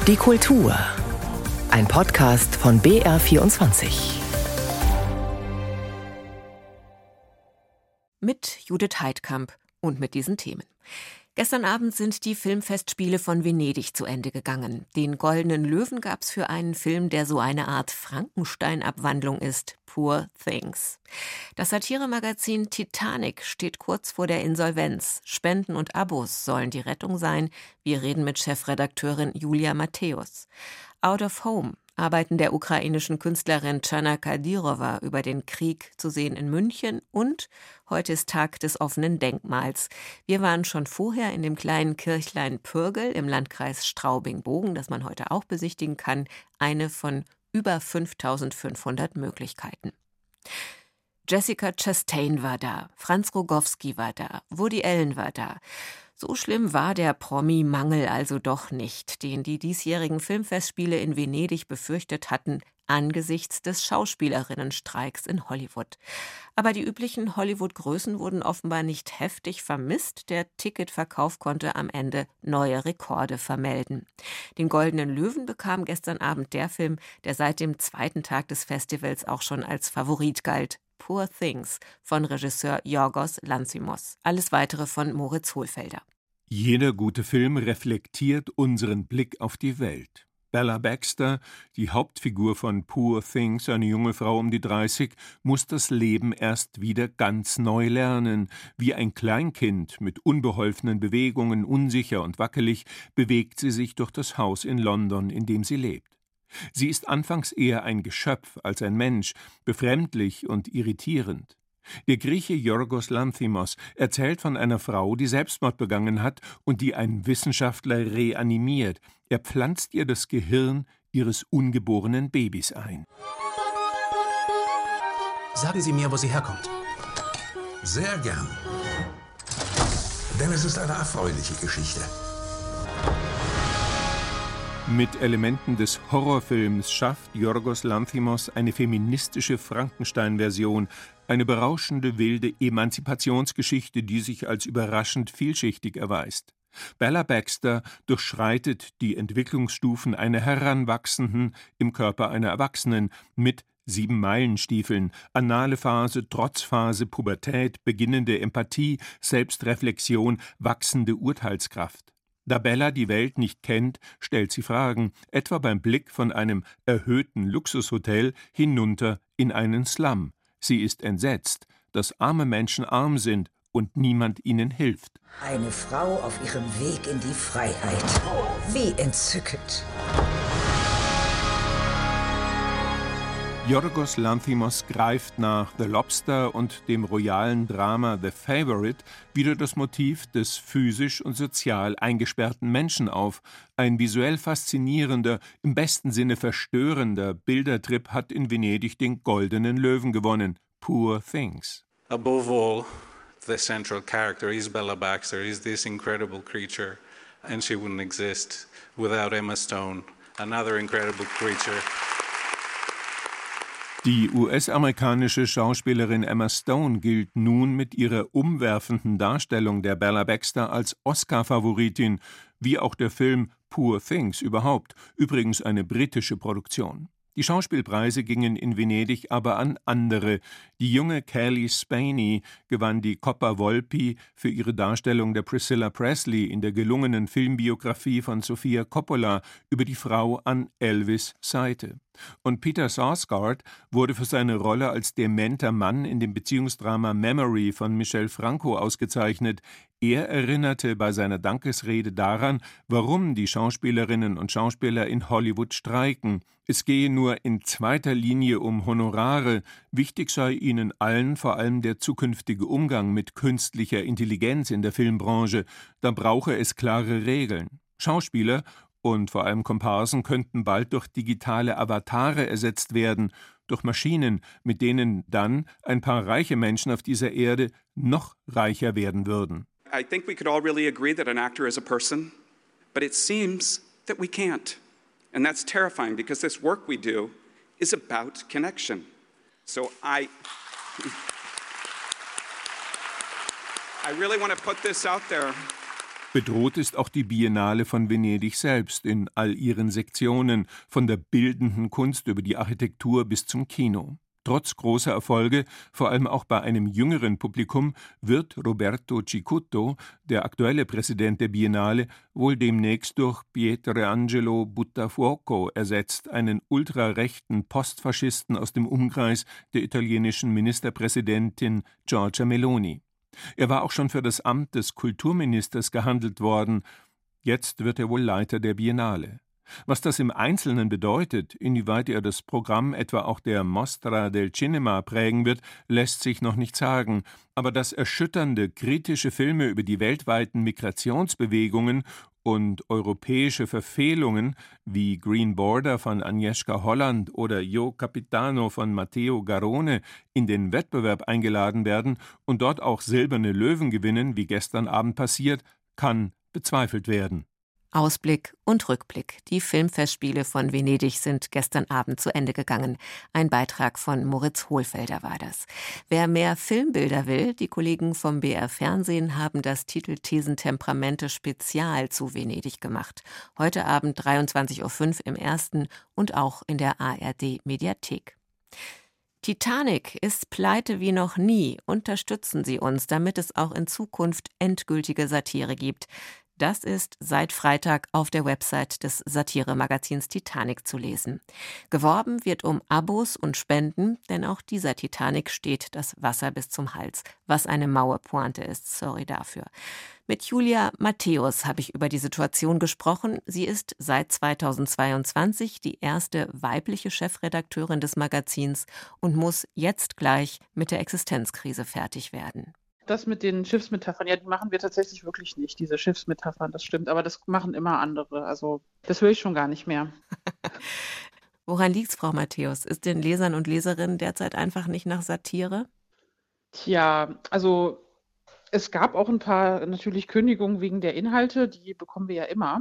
Die Kultur. Ein Podcast von BR24. Mit Judith Heidkamp und mit diesen Themen. Gestern Abend sind die Filmfestspiele von Venedig zu Ende gegangen. Den Goldenen Löwen gab es für einen Film, der so eine Art Frankenstein-Abwandlung ist, Poor Things. Das Satiremagazin Titanic steht kurz vor der Insolvenz. Spenden und Abos sollen die Rettung sein. Wir reden mit Chefredakteurin Julia Matthäus. Out of Home, Arbeiten der ukrainischen Künstlerin Tschana Kadyrova über den Krieg, zu sehen in München, und heute ist Tag des offenen Denkmals. Wir waren schon vorher in dem kleinen Kirchlein Pürgel im Landkreis Straubing-Bogen, das man heute auch besichtigen kann, eine von über 5.500 Möglichkeiten. Jessica Chastain war da, Franz Rogowski war da, Woody Allen war da. So schlimm war der Promi-Mangel also doch nicht, den die diesjährigen Filmfestspiele in Venedig befürchtet hatten, angesichts des Schauspielerinnenstreiks in Hollywood. Aber die üblichen Hollywood-Größen wurden offenbar nicht heftig vermisst. Der Ticketverkauf konnte am Ende neue Rekorde vermelden. Den Goldenen Löwen bekam gestern Abend der Film, der seit dem zweiten Tag des Festivals auch schon als Favorit galt: Poor Things von Regisseur Yorgos Lanthimos. Alles Weitere von Moritz Hohlfelder. Jeder gute Film reflektiert unseren Blick auf die Welt. Bella Baxter, die Hauptfigur von Poor Things, eine junge Frau um die 30, muss das Leben erst wieder ganz neu lernen. Wie ein Kleinkind mit unbeholfenen Bewegungen, unsicher und wackelig, bewegt sie sich durch das Haus in London, in dem sie lebt. Sie ist anfangs eher ein Geschöpf als ein Mensch, befremdlich und irritierend. Der Grieche Yorgos Lanthimos erzählt von einer Frau, die Selbstmord begangen hat und die ein Wissenschaftler reanimiert. Er pflanzt ihr das Gehirn ihres ungeborenen Babys ein. Sagen Sie mir, wo sie herkommt. Sehr gern. Denn es ist eine erfreuliche Geschichte. Mit Elementen des Horrorfilms schafft Yorgos Lanthimos eine feministische Frankenstein-Version, eine berauschende, wilde Emanzipationsgeschichte, die sich als überraschend vielschichtig erweist. Bella Baxter durchschreitet die Entwicklungsstufen einer Heranwachsenden im Körper einer Erwachsenen mit 7-Meilen-Stiefeln, anale Phase, Trotzphase, Pubertät, beginnende Empathie, Selbstreflexion, wachsende Urteilskraft. Da Bella die Welt nicht kennt, stellt sie Fragen, etwa beim Blick von einem erhöhten Luxushotel hinunter in einen Slum. Sie ist entsetzt, dass arme Menschen arm sind und niemand ihnen hilft. Eine Frau auf ihrem Weg in die Freiheit. Wie entzückend. Yorgos Lanthimos greift nach The Lobster und dem royalen Drama The Favourite wieder das Motiv des physisch und sozial eingesperrten Menschen auf. Ein visuell faszinierender, im besten Sinne verstörender Bildertrip hat in Venedig den Goldenen Löwen gewonnen. Poor Things. Above all, the central character is Bella Baxter, is this incredible creature, and she wouldn't exist without Emma Stone, another incredible creature. Die US-amerikanische Schauspielerin Emma Stone gilt nun mit ihrer umwerfenden Darstellung der Bella Baxter als Oscar-Favoritin, wie auch der Film Poor Things überhaupt, übrigens eine britische Produktion. Die Schauspielpreise gingen in Venedig aber an andere. Die junge Cailee Spaeny gewann die Coppa Volpi für ihre Darstellung der Priscilla Presley in der gelungenen Filmbiografie von Sofia Coppola über die Frau an Elvis' Seite. Und Peter Sarsgaard wurde für seine Rolle als dementer Mann in dem Beziehungsdrama Memory von Michel Franco ausgezeichnet. Er erinnerte bei seiner Dankesrede daran, warum die Schauspielerinnen und Schauspieler in Hollywood streiken. Es gehe nur in zweiter Linie um Honorare. Wichtig sei ihnen allen vor allem der zukünftige Umgang mit künstlicher Intelligenz in der Filmbranche. Da brauche es klare Regeln. Schauspieler und vor allem Komparsen könnten bald durch digitale Avatare ersetzt werden, durch Maschinen, mit denen dann ein paar reiche Menschen auf dieser Erde noch reicher werden würden. I think we could all really agree that an actor is a person, but it seems that we can't. And that's terrifying because this work we do is about connection. So I really want to put this out there. Bedroht ist auch die Biennale von Venedig selbst in all ihren Sektionen, von der bildenden Kunst über die Architektur bis zum Kino. Trotz großer Erfolge, vor allem auch bei einem jüngeren Publikum, wird Roberto Cicutto, der aktuelle Präsident der Biennale, wohl demnächst durch Pietrangelo Buttafuoco ersetzt, einen ultrarechten Postfaschisten aus dem Umkreis der italienischen Ministerpräsidentin Giorgia Meloni. Er war auch schon für das Amt des Kulturministers gehandelt worden. Jetzt wird er wohl Leiter der Biennale. Was das im Einzelnen bedeutet, inwieweit er das Programm etwa auch der Mostra del Cinema prägen wird, lässt sich noch nicht sagen. Aber dass erschütternde, kritische Filme über die weltweiten Migrationsbewegungen und europäische Verfehlungen wie Green Border von Agnieszka Holland oder Io Capitano von Matteo Garrone in den Wettbewerb eingeladen werden und dort auch silberne Löwen gewinnen, wie gestern Abend passiert, kann bezweifelt werden. Ausblick und Rückblick. Die Filmfestspiele von Venedig sind gestern Abend zu Ende gegangen. Ein Beitrag von Moritz Hohlfelder war das. Wer mehr Filmbilder will, die Kollegen vom BR Fernsehen haben das Titelthesen Temperamente Spezial zu Venedig gemacht. Heute Abend 23:05 Uhr im Ersten und auch in der ARD Mediathek. Titanic ist pleite wie noch nie. Unterstützen Sie uns, damit es auch in Zukunft endgültige Satire gibt. Das ist seit Freitag auf der Website des Satiremagazins Titanic zu lesen. Geworben wird um Abos und Spenden, denn auch dieser Titanic steht das Wasser bis zum Hals. Was eine maue Pointe ist, sorry dafür. Mit Julia Matthäus habe ich über die Situation gesprochen. Sie ist seit 2022 die erste weibliche Chefredakteurin des Magazins und muss jetzt gleich mit der Existenzkrise fertig werden. Das mit den Schiffsmetaphern, ja, die machen wir tatsächlich wirklich nicht, diese Schiffsmetaphern, das stimmt. Aber das machen immer andere. Also das höre ich schon gar nicht mehr. Woran liegt's, Frau Matthäus? Ist den Lesern und Leserinnen derzeit einfach nicht nach Satire? Tja, also es gab auch ein paar natürlich Kündigungen wegen der Inhalte, die bekommen wir ja immer.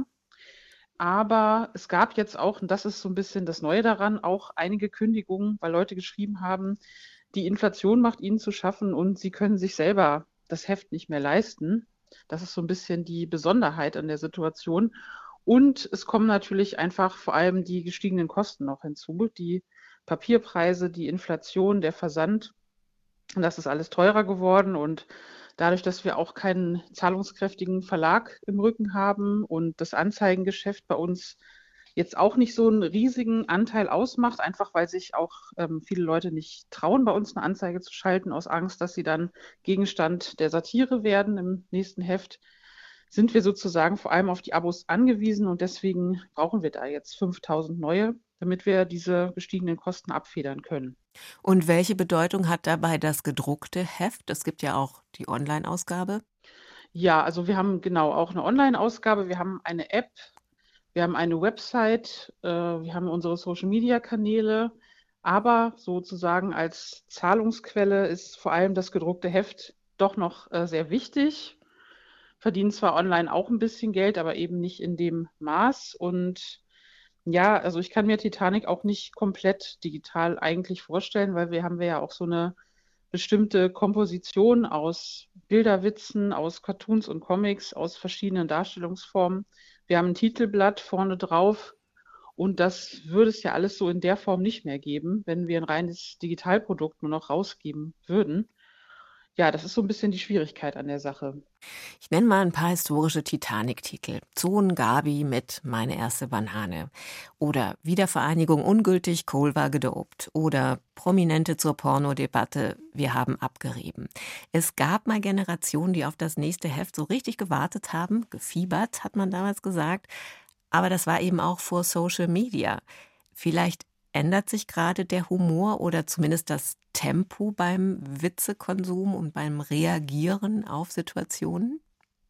Aber es gab jetzt auch, und das ist so ein bisschen das Neue daran, auch einige Kündigungen, weil Leute geschrieben haben, die Inflation macht ihnen zu schaffen und sie können sich selber das Heft nicht mehr leisten. Das ist so ein bisschen die Besonderheit an der Situation. Und es kommen natürlich einfach vor allem die gestiegenen Kosten noch hinzu. Die Papierpreise, die Inflation, der Versand. Und das ist alles teurer geworden. Und dadurch, dass wir auch keinen zahlungskräftigen Verlag im Rücken haben und das Anzeigengeschäft bei uns jetzt auch nicht so einen riesigen Anteil ausmacht, einfach weil sich auch viele Leute nicht trauen, bei uns eine Anzeige zu schalten, aus Angst, dass sie dann Gegenstand der Satire werden im nächsten Heft, sind wir sozusagen vor allem auf die Abos angewiesen und deswegen brauchen wir da jetzt 5.000 neue, damit wir diese gestiegenen Kosten abfedern können. Und welche Bedeutung hat dabei das gedruckte Heft? Es gibt ja auch die Online-Ausgabe. Ja, also wir haben genau auch eine Online-Ausgabe, wir haben eine App, wir haben eine Website, wir haben unsere Social-Media-Kanäle, aber sozusagen als Zahlungsquelle ist vor allem das gedruckte Heft doch noch sehr wichtig. Verdienen zwar online auch ein bisschen Geld, aber eben nicht in dem Maß. Und ja, also ich kann mir Titanic auch nicht komplett digital eigentlich vorstellen, weil wir haben ja auch so eine bestimmte Komposition aus Bilderwitzen, aus Cartoons und Comics, aus verschiedenen Darstellungsformen. Wir haben ein Titelblatt vorne drauf und das würde es ja alles so in der Form nicht mehr geben, wenn wir ein reines Digitalprodukt nur noch rausgeben würden. Ja, das ist so ein bisschen die Schwierigkeit an der Sache. Ich nenne mal ein paar historische Titanic-Titel. Sohn Gabi mit Meine erste Banane. Oder Wiedervereinigung ungültig, Kohl war gedopt. Oder Prominente zur Pornodebatte, wir haben abgerieben. Es gab mal Generationen, die auf das nächste Heft so richtig gewartet haben. Gefiebert, hat man damals gesagt. Aber das war eben auch vor Social Media. Vielleicht ändert sich gerade der Humor oder zumindest das Tempo beim Witzekonsum und beim Reagieren auf Situationen?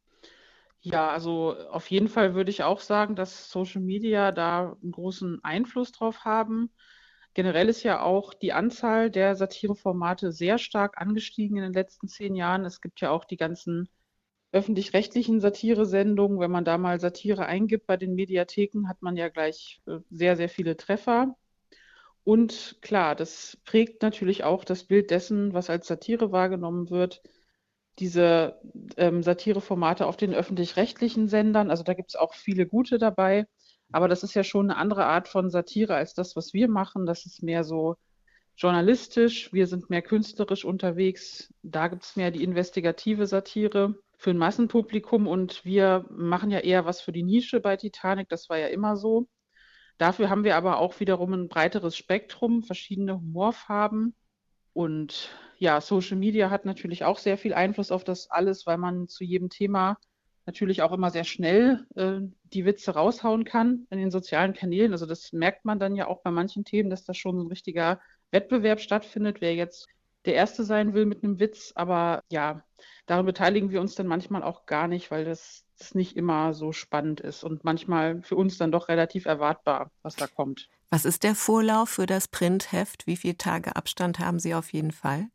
Ja, also auf jeden Fall würde ich auch sagen, dass Social Media da einen großen Einfluss drauf haben. Generell ist ja auch die Anzahl der Satireformate sehr stark angestiegen in den letzten 10 Jahren. Es gibt ja auch die ganzen öffentlich-rechtlichen Satiresendungen. Wenn man da mal Satire eingibt bei den Mediatheken, hat man ja gleich sehr, sehr viele Treffer. Und klar, das prägt natürlich auch das Bild dessen, was als Satire wahrgenommen wird. diese Satireformate auf den öffentlich-rechtlichen Sendern. Also da gibt es auch viele gute dabei. Aber das ist ja schon eine andere Art von Satire als das, was wir machen. Das ist mehr so journalistisch. Wir sind mehr künstlerisch unterwegs. Da gibt es mehr die investigative Satire für ein Massenpublikum. Und wir machen ja eher was für die Nische bei Titanic. Das war ja immer so. Dafür haben wir aber auch wiederum ein breiteres Spektrum, verschiedene Humorfarben. Und ja, Social Media hat natürlich auch sehr viel Einfluss auf das alles, weil man zu jedem Thema natürlich auch immer sehr schnell die Witze raushauen kann in den sozialen Kanälen. Also das merkt man dann ja auch bei manchen Themen, dass da schon ein richtiger Wettbewerb stattfindet, wer jetzt der Erste sein will mit einem Witz. Aber ja, daran beteiligen wir uns dann manchmal auch gar nicht, weil das nicht immer so spannend ist und manchmal für uns dann doch relativ erwartbar, was da kommt. Was ist der Vorlauf für das Printheft? Wie viele Tage Abstand haben Sie auf jeden Fall?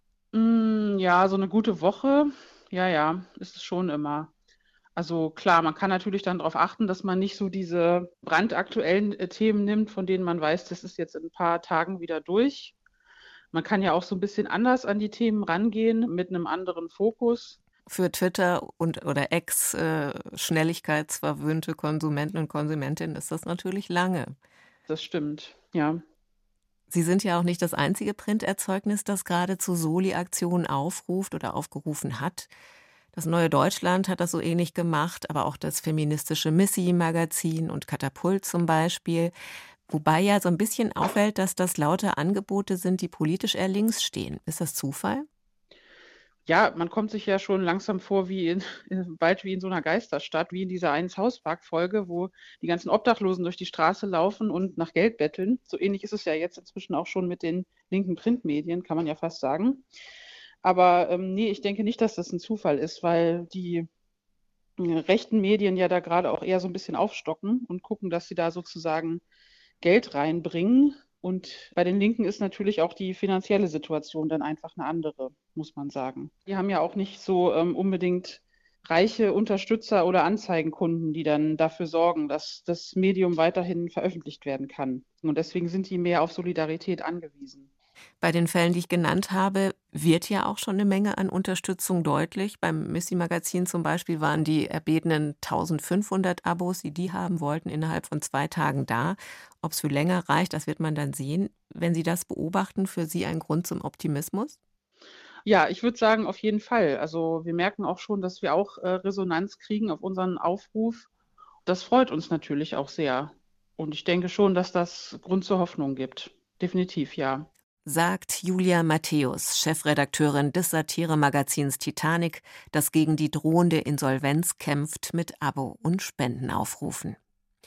Ja, so eine gute Woche. Ja, ist es schon immer. Also klar, man kann natürlich dann darauf achten, dass man nicht so diese brandaktuellen Themen nimmt, von denen man weiß, das ist jetzt in ein paar Tagen wieder durch. Man kann ja auch so ein bisschen anders an die Themen rangehen, mit einem anderen Fokus. Für Twitter oder Schnelligkeitsverwöhnte Konsumenten und Konsumentinnen ist das natürlich lange. Das stimmt, ja. Sie sind ja auch nicht das einzige Printerzeugnis, das gerade zu Soli-Aktionen aufruft oder aufgerufen hat. Das Neue Deutschland hat das so ähnlich gemacht, aber auch das feministische Missy-Magazin und Katapult zum Beispiel. Wobei ja so ein bisschen auffällt, dass das lauter Angebote sind, die politisch eher links stehen. Ist das Zufall? Ja, man kommt sich ja schon langsam vor bald wie in so einer Geisterstadt, wie in dieser Eins-Hauspark-Folge, wo die ganzen Obdachlosen durch die Straße laufen und nach Geld betteln. So ähnlich ist es ja jetzt inzwischen auch schon mit den linken Printmedien, kann man ja fast sagen. Aber nee, ich denke nicht, dass das ein Zufall ist, weil die rechten Medien ja da gerade auch eher so ein bisschen aufstocken und gucken, dass sie da sozusagen Geld reinbringen. Und bei den Linken ist natürlich auch die finanzielle Situation dann einfach eine andere, muss man sagen. Die haben ja auch nicht so unbedingt reiche Unterstützer oder Anzeigenkunden, die dann dafür sorgen, dass das Medium weiterhin veröffentlicht werden kann. Und deswegen sind die mehr auf Solidarität angewiesen. Bei den Fällen, die ich genannt habe, wird ja auch schon eine Menge an Unterstützung deutlich. Beim Missy-Magazin zum Beispiel waren die erbetenen 1500 Abos, die haben wollten, innerhalb von 2 Tagen da. Ob es für länger reicht, das wird man dann sehen. Wenn Sie das beobachten, für Sie ein Grund zum Optimismus? Ja, ich würde sagen, auf jeden Fall. Also wir merken auch schon, dass wir auch Resonanz kriegen auf unseren Aufruf. Das freut uns natürlich auch sehr. Und ich denke schon, dass das Grund zur Hoffnung gibt. Definitiv, ja. Sagt Julia Matthäus, Chefredakteurin des Satiremagazins Titanic, das gegen die drohende Insolvenz kämpft mit Abo- und Spendenaufrufen.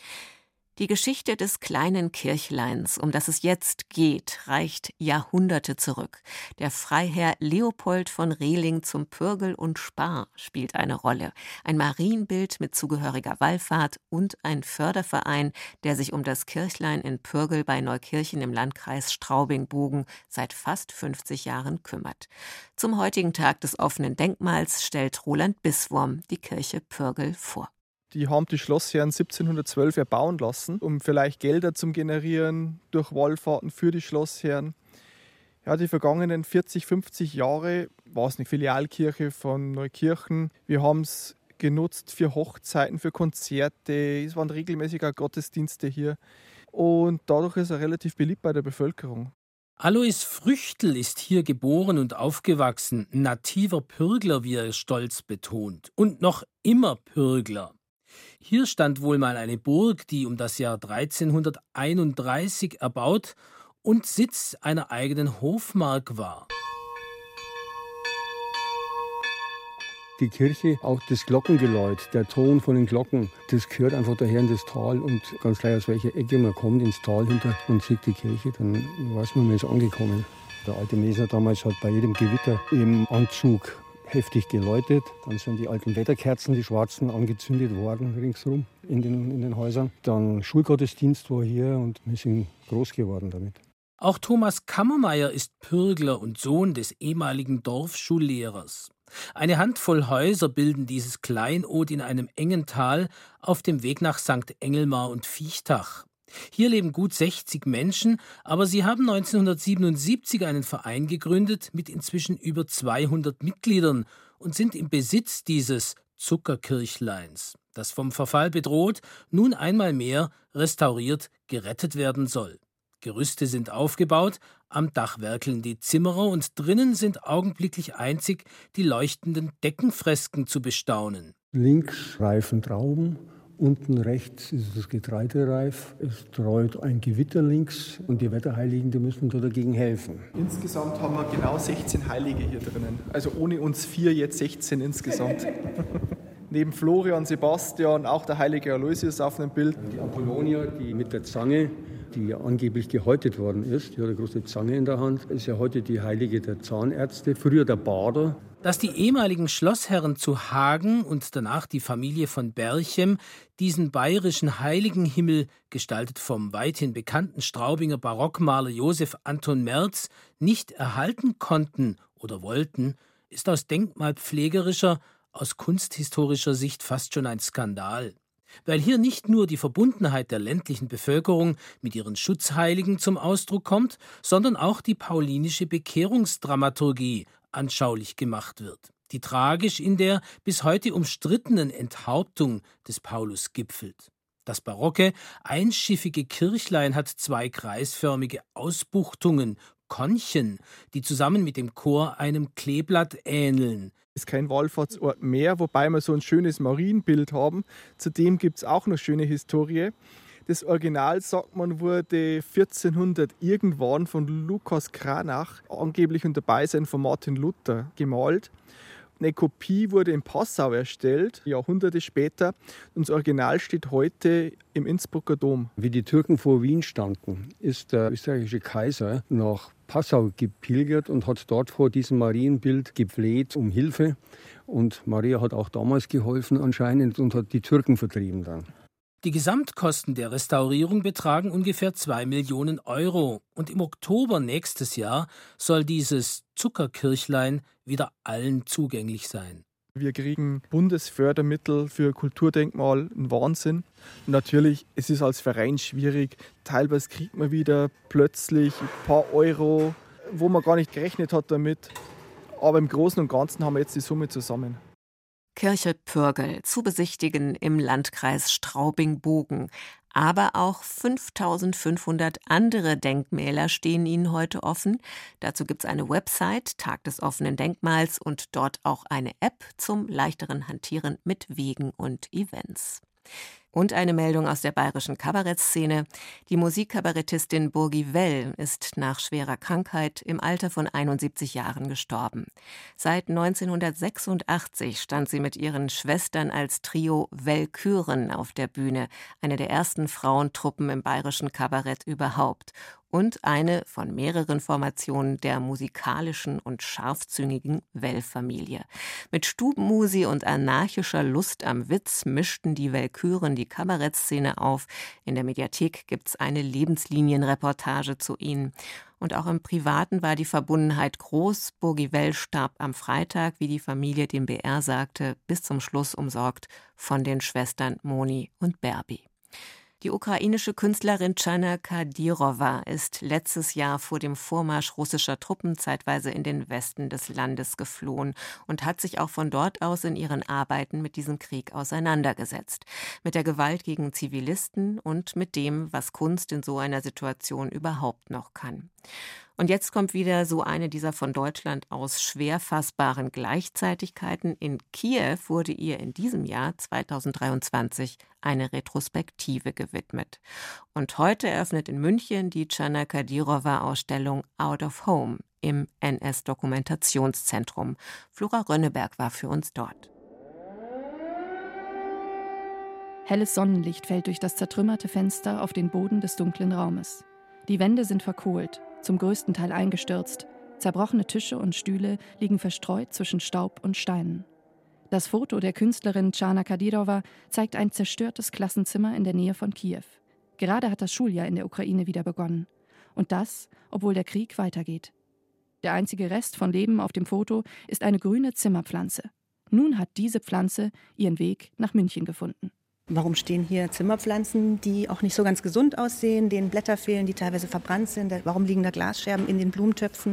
Die Geschichte des kleinen Kirchleins, um das es jetzt geht, reicht Jahrhunderte zurück. Der Freiherr Leopold von Rehling zum Pürgel und Spar spielt eine Rolle. Ein Marienbild mit zugehöriger Wallfahrt und ein Förderverein, der sich um das Kirchlein in Pürgel bei Neukirchen im Landkreis Straubing-Bogen seit fast 50 Jahren kümmert. Zum heutigen Tag des offenen Denkmals stellt Roland Bisswurm die Kirche Pürgel vor. Die haben die Schlossherren 1712 erbauen lassen, um vielleicht Gelder zu generieren durch Wallfahrten für die Schlossherren. Ja, die vergangenen 40, 50 Jahre war es eine Filialkirche von Neukirchen. Wir haben es genutzt für Hochzeiten, für Konzerte. Es waren regelmäßig auch Gottesdienste hier. Und dadurch ist er relativ beliebt bei der Bevölkerung. Alois Früchtl ist hier geboren und aufgewachsen. Nativer Pürgler, wie er stolz betont. Und noch immer Pürgler. Hier stand wohl mal eine Burg, die um das Jahr 1331 erbaut und Sitz einer eigenen Hofmark war. Die Kirche, auch das Glockengeläut, der Ton von den Glocken, das gehört einfach daher in das Tal. Und ganz gleich aus welcher Ecke man kommt ins Tal hinter und sieht die Kirche, dann weiß man, man ist angekommen. Der alte Mesner damals hat bei jedem Gewitter im Anzug heftig geläutet. Dann sind die alten Wetterkerzen, die schwarzen, angezündet worden ringsherum in den Häusern. Dann Schulgottesdienst war hier und wir sind groß geworden damit. Auch Thomas Kammermeier ist Pürgler und Sohn des ehemaligen Dorfschullehrers. Eine Handvoll Häuser bilden dieses Kleinod in einem engen Tal auf dem Weg nach St. Engelmar und Viechtach. Hier leben gut 60 Menschen, aber sie haben 1977 einen Verein gegründet mit inzwischen über 200 Mitgliedern und sind im Besitz dieses Zuckerkirchleins, das vom Verfall bedroht, nun einmal mehr restauriert, gerettet werden soll. Gerüste sind aufgebaut, am Dach werkeln die Zimmerer und drinnen sind augenblicklich einzig die leuchtenden Deckenfresken zu bestaunen. Links reifen Trauben, unten rechts ist das Getreidereif. Es treut ein Gewitter links und die Wetterheiligen, die müssen da dagegen helfen. Insgesamt haben wir genau 16 Heilige hier drinnen. Also ohne uns 4 jetzt 16 insgesamt. Neben Florian, Sebastian, auch der heilige Aloysius auf einem Bild. Die Apollonia, die mit der Zange, die angeblich gehäutet worden ist, die hat eine große Zange in der Hand, ist ja heute die Heilige der Zahnärzte, früher der Bader. Dass die ehemaligen Schlossherren zu Hagen und danach die Familie von Berchem diesen bayerischen Heiligenhimmel, gestaltet vom weithin bekannten Straubinger Barockmaler Josef Anton Merz, nicht erhalten konnten oder wollten, ist aus denkmalpflegerischer, aus kunsthistorischer Sicht fast schon ein Skandal. Weil hier nicht nur die Verbundenheit der ländlichen Bevölkerung mit ihren Schutzheiligen zum Ausdruck kommt, sondern auch die paulinische Bekehrungsdramaturgie anschaulich gemacht wird, die tragisch in der bis heute umstrittenen Enthauptung des Paulus gipfelt. Das barocke, einschiffige Kirchlein hat 2 kreisförmige Ausbuchtungen, Konchen, die zusammen mit dem Chor einem Kleeblatt ähneln. Ist kein Wallfahrtsort mehr, wobei wir so ein schönes Marienbild haben. Zudem gibt es auch noch schöne Historie. Das Original, sagt man, wurde 1400 irgendwann von Lukas Cranach, angeblich unter Beisein von Martin Luther, gemalt. Eine Kopie wurde in Passau erstellt, Jahrhunderte später. Und das Original steht heute im Innsbrucker Dom. Wie die Türken vor Wien standen, ist der österreichische Kaiser nach Passau gepilgert und hat dort vor diesem Marienbild gefleht um Hilfe. Und Maria hat auch damals geholfen anscheinend und hat die Türken vertrieben dann. Die Gesamtkosten der Restaurierung betragen ungefähr 2 Millionen Euro. Und im Oktober nächstes Jahr soll dieses Zuckerkirchlein wieder allen zugänglich sein. Wir kriegen Bundesfördermittel für Kulturdenkmal, ein Wahnsinn. Und natürlich, es ist als Verein schwierig. Teilweise kriegt man wieder plötzlich ein paar Euro, wo man gar nicht gerechnet hat damit. Aber im Großen und Ganzen haben wir jetzt die Summe zusammen. Kirche Pürgel zu besichtigen im Landkreis Straubing-Bogen. Aber auch 5.500 andere Denkmäler stehen Ihnen heute offen. Dazu gibt es eine Website, Tag des offenen Denkmals, und dort auch eine App zum leichteren Hantieren mit Wegen und Events. Und eine Meldung aus der bayerischen Kabarettszene. Die Musikkabarettistin Burgi Well ist nach schwerer Krankheit im Alter von 71 Jahren gestorben. Seit 1986 stand sie mit ihren Schwestern als Trio Wellküren auf der Bühne, eine der ersten Frauentruppen im bayerischen Kabarett überhaupt. Und eine von mehreren Formationen der musikalischen und scharfzüngigen Well-Familie. Mit Stubenmusi und anarchischer Lust am Witz mischten die Wellküren die Kabarettszene auf. In der Mediathek gibt's eine Lebenslinienreportage zu ihnen. Und auch im Privaten war die Verbundenheit groß. Burgi Well starb am Freitag, wie die Familie dem BR sagte, bis zum Schluss umsorgt von den Schwestern Moni und Berbi. Die ukrainische Künstlerin Chana Kadyrova ist letztes Jahr vor dem Vormarsch russischer Truppen zeitweise in den Westen des Landes geflohen und hat sich auch von dort aus in ihren Arbeiten mit diesem Krieg auseinandergesetzt. Mit der Gewalt gegen Zivilisten und mit dem, was Kunst in so einer Situation überhaupt noch kann. Und jetzt kommt wieder so eine dieser von Deutschland aus schwer fassbaren Gleichzeitigkeiten. In Kiew wurde ihr in diesem Jahr 2023 eine Retrospektive gewidmet. Und heute eröffnet in München die Chana Kadyrova-Ausstellung Out of Home im NS-Dokumentationszentrum. Flora Rönneberg war für uns dort. Helles Sonnenlicht fällt durch das zertrümmerte Fenster auf den Boden des dunklen Raumes. Die Wände sind verkohlt, zum größten Teil eingestürzt. Zerbrochene Tische und Stühle liegen verstreut zwischen Staub und Steinen. Das Foto der Künstlerin Chana Kadyrova zeigt ein zerstörtes Klassenzimmer in der Nähe von Kiew. Gerade hat das Schuljahr in der Ukraine wieder begonnen. Und das, obwohl der Krieg weitergeht. Der einzige Rest von Leben auf dem Foto ist eine grüne Zimmerpflanze. Nun hat diese Pflanze ihren Weg nach München gefunden. Warum stehen hier Zimmerpflanzen, die auch nicht so ganz gesund aussehen, denen Blätter fehlen, die teilweise verbrannt sind? Warum liegen da Glasscherben in den Blumentöpfen?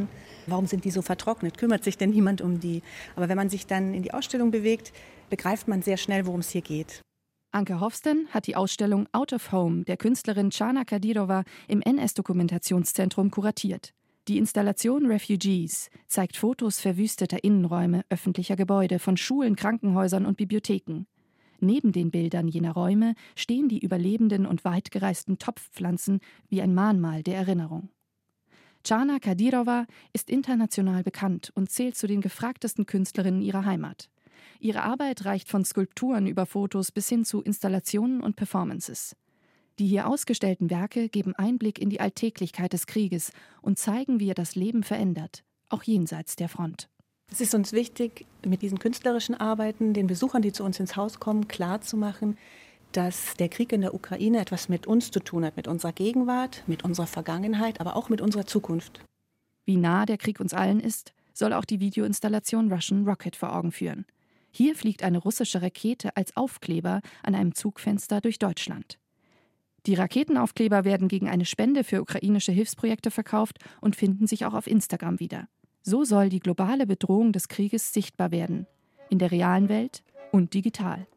Warum sind die so vertrocknet? Kümmert sich denn niemand um die? Aber wenn man sich dann in die Ausstellung bewegt, begreift man sehr schnell, worum es hier geht. Anke Hofsten hat die Ausstellung Out of Home der Künstlerin Jana Kadyrova im NS-Dokumentationszentrum kuratiert. Die Installation Refugees zeigt Fotos verwüsteter Innenräume öffentlicher Gebäude von Schulen, Krankenhäusern und Bibliotheken. Neben den Bildern jener Räume stehen die überlebenden und weitgereisten Topfpflanzen wie ein Mahnmal der Erinnerung. Jana Kadyrova ist international bekannt und zählt zu den gefragtesten Künstlerinnen ihrer Heimat. Ihre Arbeit reicht von Skulpturen über Fotos bis hin zu Installationen und Performances. Die hier ausgestellten Werke geben Einblick in die Alltäglichkeit des Krieges und zeigen, wie er das Leben verändert, auch jenseits der Front. Es ist uns wichtig, mit diesen künstlerischen Arbeiten den Besuchern, die zu uns ins Haus kommen, klarzumachen, dass der Krieg in der Ukraine etwas mit uns zu tun hat, mit unserer Gegenwart, mit unserer Vergangenheit, aber auch mit unserer Zukunft. Wie nah der Krieg uns allen ist, soll auch die Videoinstallation Russian Rocket vor Augen führen. Hier fliegt eine russische Rakete als Aufkleber an einem Zugfenster durch Deutschland. Die Raketenaufkleber werden gegen eine Spende für ukrainische Hilfsprojekte verkauft und finden sich auch auf Instagram wieder. So soll die globale Bedrohung des Krieges sichtbar werden. In der realen Welt und digital.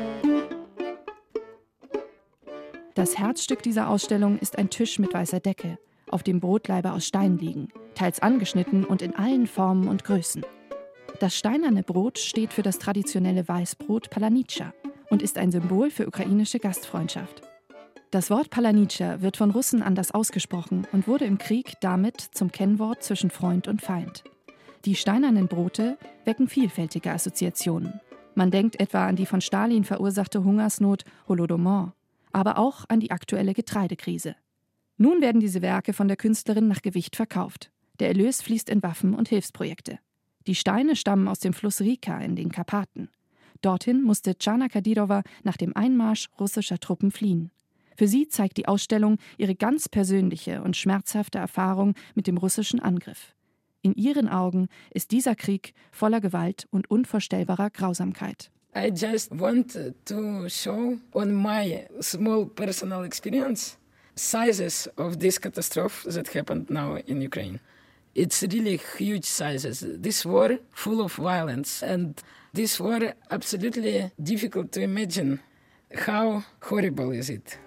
Das Herzstück dieser Ausstellung ist ein Tisch mit weißer Decke, auf dem Brotleibe aus Stein liegen, teils angeschnitten und in allen Formen und Größen. Das steinerne Brot steht für das traditionelle Weißbrot Palanicha und ist ein Symbol für ukrainische Gastfreundschaft. Das Wort Palanicha wird von Russen anders ausgesprochen und wurde im Krieg damit zum Kennwort zwischen Freund und Feind. Die steinernen Brote wecken vielfältige Assoziationen. Man denkt etwa an die von Stalin verursachte Hungersnot Holodomor, aber auch an die aktuelle Getreidekrise. Nun werden diese Werke von der Künstlerin nach Gewicht verkauft. Der Erlös fließt in Waffen- und Hilfsprojekte. Die Steine stammen aus dem Fluss Rika in den Karpaten. Dorthin musste Jana Kadyrova nach dem Einmarsch russischer Truppen fliehen. Für sie zeigt die Ausstellung ihre ganz persönliche und schmerzhafte Erfahrung mit dem russischen Angriff. In ihren Augen ist dieser Krieg voller Gewalt und unvorstellbarer Grausamkeit. I just want to show on my small personal experience sizes of this catastrophe that happened now in Ukraine. It's really huge sizes. This war full of violence and this war absolutely difficult to imagine. How horrible is it?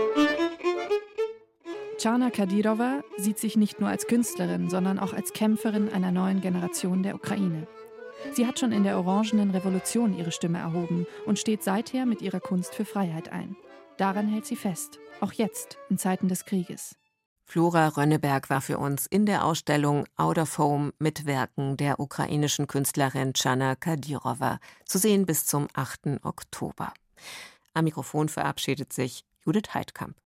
Jana Kadyrova sieht sich nicht nur als Künstlerin, sondern auch als Kämpferin einer neuen Generation der Ukraine. Sie hat schon in der Orangenen Revolution ihre Stimme erhoben und steht seither mit ihrer Kunst für Freiheit ein. Daran hält sie fest, auch jetzt, in Zeiten des Krieges. Flora Rönneberg war für uns in der Ausstellung Out of Home mit Werken der ukrainischen Künstlerin Jana Kadyrova, zu sehen bis zum 8. Oktober. Am Mikrofon verabschiedet sich Judith Heidkamp.